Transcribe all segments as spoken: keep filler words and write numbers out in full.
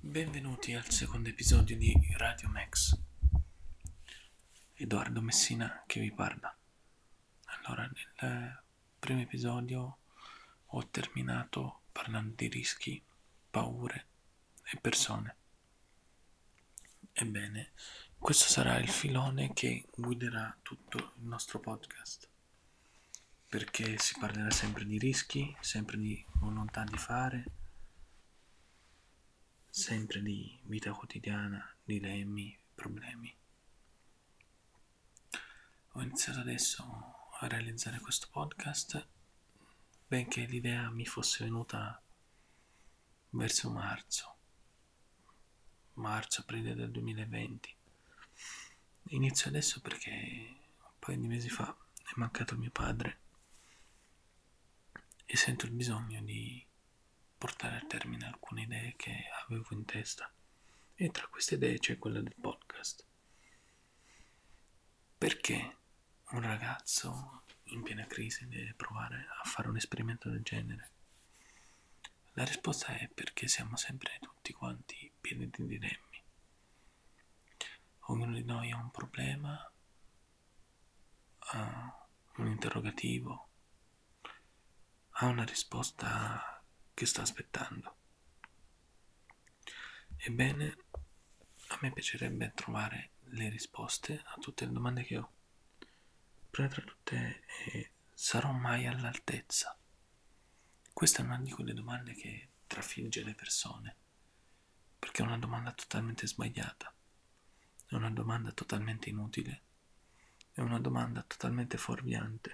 Benvenuti al secondo episodio di Radio Max. Edoardo Messina che vi parla. Allora, nel primo episodio ho terminato parlando di rischi, paure e persone. Ebbene, questo sarà il filone che guiderà tutto il nostro podcast, perché si parlerà sempre di rischi, sempre di volontà di fare, sempre di vita quotidiana, dilemmi, problemi. Ho iniziato adesso a realizzare questo podcast, benché l'idea mi fosse venuta verso marzo, marzo, aprile del duemilaventi. Inizio adesso perché un paio di mesi fa è mancato mio padre e sento il bisogno di portare a termine alcune idee che avevo in testa, e tra queste idee c'è quella del podcast. Perché un ragazzo in piena crisi deve provare a fare un esperimento del genere? La risposta è perché siamo sempre tutti quanti pieni di dilemmi. Ognuno di noi ha un problema, ha un interrogativo, ha una risposta che sta aspettando. Ebbene, a me piacerebbe trovare le risposte a tutte le domande che ho. Prima tra tutte è: sarò mai all'altezza? Questa è una di quelle domande che trafigge le persone, perché è una domanda totalmente sbagliata, è una domanda totalmente inutile, è una domanda totalmente fuorviante.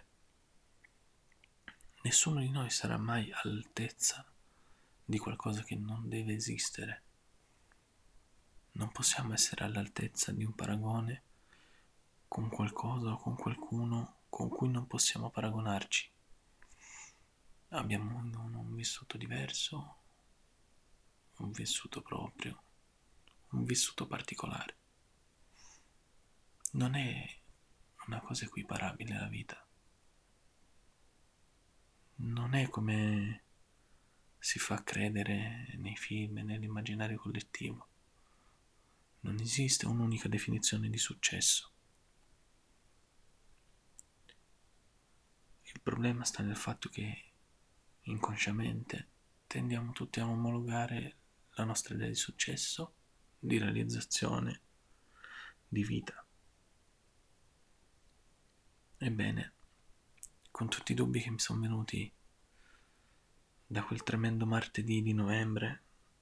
Nessuno di noi sarà mai all'altezza di qualcosa che non deve esistere. Non possiamo essere all'altezza di un paragone con qualcosa o con qualcuno con cui non possiamo paragonarci. Abbiamo ognuno un vissuto diverso, un vissuto proprio, un vissuto particolare. Non è una cosa equiparabile alla vita. Non è come si fa credere nei film e nell'immaginario collettivo. Non esiste un'unica definizione di successo. Il problema sta nel fatto che inconsciamente tendiamo tutti a omologare la nostra idea di successo, di realizzazione, di vita. Ebbene, con tutti i dubbi che mi sono venuti da quel tremendo martedì di novembre,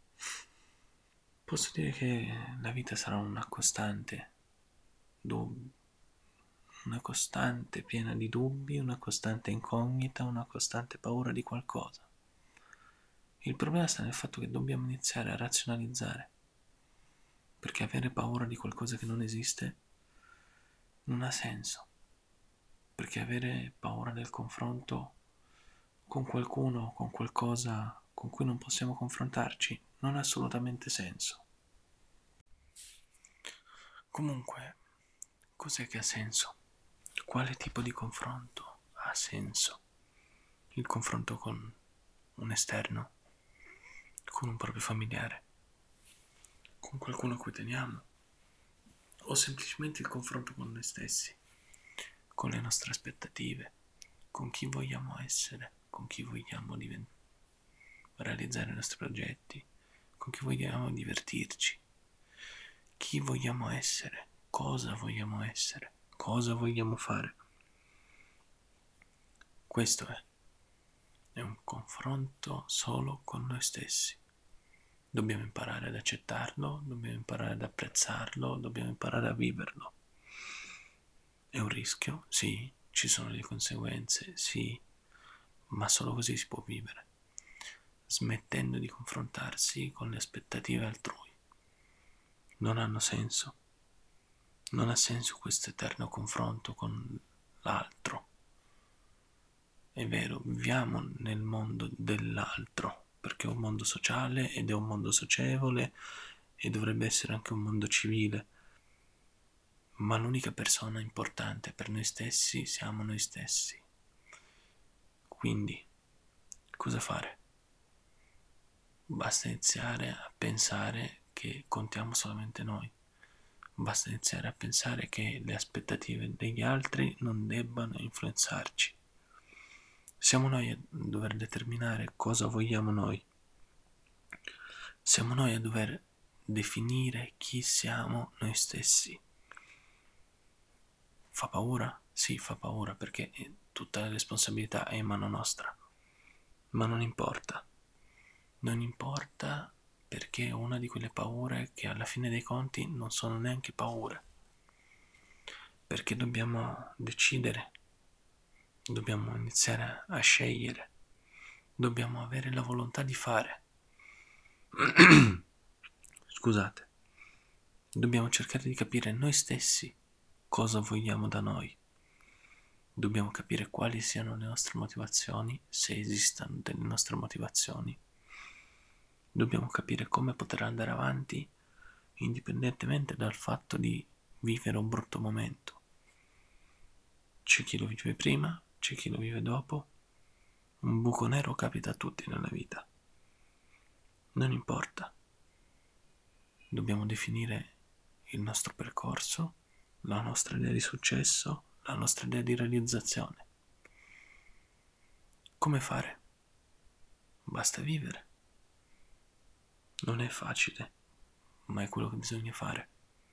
posso dire che la vita sarà una costante dubbi, una costante piena di dubbi, una costante incognita, una costante paura di qualcosa. Il problema sta nel fatto che dobbiamo iniziare a razionalizzare, perché avere paura di qualcosa che non esiste non ha senso, perché avere paura del confronto con qualcuno, con qualcosa con cui non possiamo confrontarci, non ha assolutamente senso. Comunque, cos'è che ha senso? Quale tipo di confronto ha senso? Il confronto con un esterno, con un proprio familiare, con qualcuno a cui teniamo, o semplicemente il confronto con noi stessi, con le nostre aspettative, con chi vogliamo essere, con chi vogliamo diventare, realizzare i nostri progetti, con chi vogliamo divertirci, chi vogliamo essere, cosa vogliamo essere, cosa vogliamo fare. Questo è. È un confronto solo con noi stessi. Dobbiamo imparare ad accettarlo, dobbiamo imparare ad apprezzarlo, dobbiamo imparare a viverlo. È un rischio? Sì. Ci sono le conseguenze? Sì. Ma solo così si può vivere, smettendo di confrontarsi con le aspettative altrui. Non hanno senso. Non ha senso questo eterno confronto con l'altro. È vero, viviamo nel mondo dell'altro, perché è un mondo sociale ed è un mondo socievole e dovrebbe essere anche un mondo civile, ma l'unica persona importante per noi stessi siamo noi stessi. Quindi, cosa fare? Basta iniziare a pensare che contiamo solamente noi. Basta iniziare a pensare che le aspettative degli altri non debbano influenzarci. Siamo noi a dover determinare cosa vogliamo noi. Siamo noi a dover definire chi siamo noi stessi. Fa paura? Sì, fa paura perché tutta la responsabilità è in mano nostra. Ma non importa. Non importa perché è una di quelle paure che alla fine dei conti non sono neanche paure. Perché dobbiamo decidere, dobbiamo iniziare a scegliere, dobbiamo avere la volontà di fare. Scusate, dobbiamo cercare di capire noi stessi cosa vogliamo da noi. Dobbiamo capire quali siano le nostre motivazioni, se esistano delle nostre motivazioni. Dobbiamo capire come poter andare avanti indipendentemente dal fatto di vivere un brutto momento. C'è chi lo vive prima, c'è chi lo vive dopo. Un buco nero capita a tutti nella vita. Non importa. Dobbiamo definire il nostro percorso, la nostra idea di successo, la nostra idea di realizzazione. Come fare? Basta vivere. Non è facile, ma è quello che bisogna fare.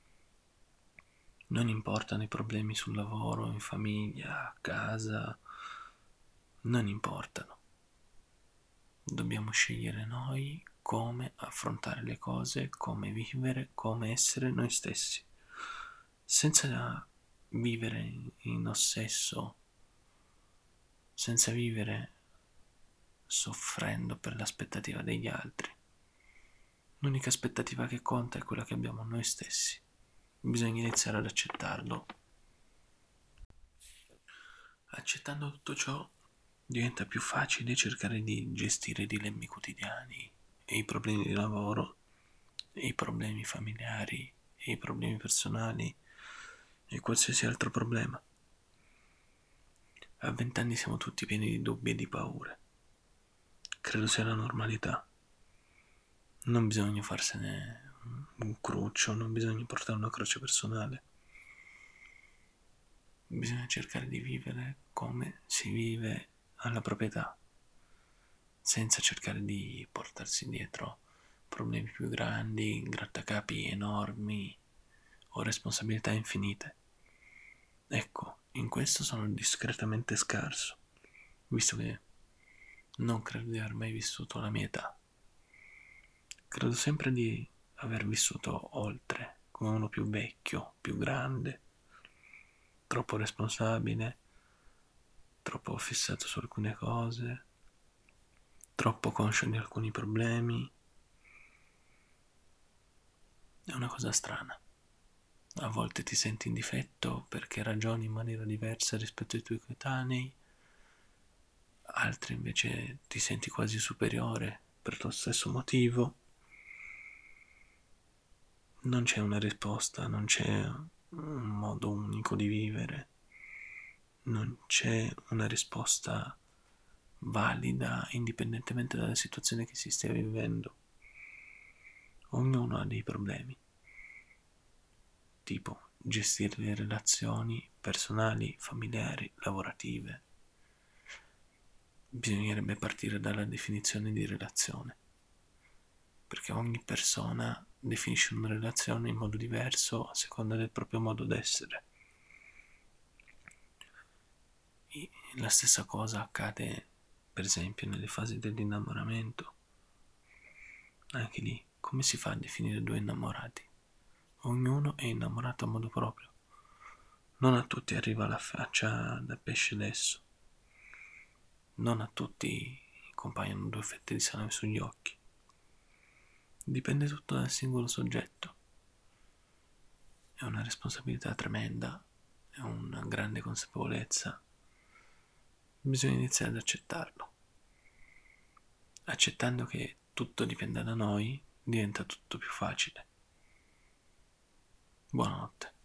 Non importano i problemi sul lavoro, in famiglia, a casa, non importano. Dobbiamo scegliere noi come affrontare le cose, come vivere, come essere noi stessi, senza vivere in ossesso, senza vivere soffrendo per l'aspettativa degli altri. L'unica aspettativa che conta è quella che abbiamo noi stessi. Bisogna iniziare ad accettarlo. Accettando tutto ciò, diventa più facile cercare di gestire i dilemmi quotidiani e i problemi di lavoro e i problemi familiari e i problemi personali e qualsiasi altro problema. A vent'anni siamo tutti pieni di dubbi e di paure. Credo sia la normalità. Non bisogna farsene un cruccio, non bisogna portare una croce personale. Bisogna cercare di vivere come si vive alla propria età, senza cercare di portarsi dietro problemi più grandi, grattacapi enormi o responsabilità infinite. Ecco, in questo sono discretamente scarso, visto che non credo di aver mai vissuto la mia età. Credo sempre di aver vissuto oltre, come uno più vecchio, più grande, troppo responsabile, troppo fissato su alcune cose, troppo conscio di alcuni problemi. È una cosa strana. A volte ti senti in difetto perché ragioni in maniera diversa rispetto ai tuoi coetanei, altri invece ti senti quasi superiore per lo stesso motivo. Non c'è una risposta, non c'è un modo unico di vivere, non c'è una risposta valida indipendentemente dalla situazione che si stia vivendo. Ognuno ha dei problemi, tipo gestire le relazioni personali, familiari, lavorative. Bisognerebbe partire dalla definizione di relazione, perché ogni persona definisce una relazione in modo diverso a seconda del proprio modo d'essere. E la stessa cosa accade, per esempio, nelle fasi dell'innamoramento. Anche lì, come si fa a definire due innamorati? Ognuno è innamorato a modo proprio. Non a tutti arriva la faccia da pesce lesso. Non a tutti compaiono due fette di salame sugli occhi. Dipende tutto dal singolo soggetto. È una responsabilità tremenda, è una grande consapevolezza. Bisogna iniziare ad accettarlo. Accettando che tutto dipenda da noi, diventa tutto più facile. Buonanotte.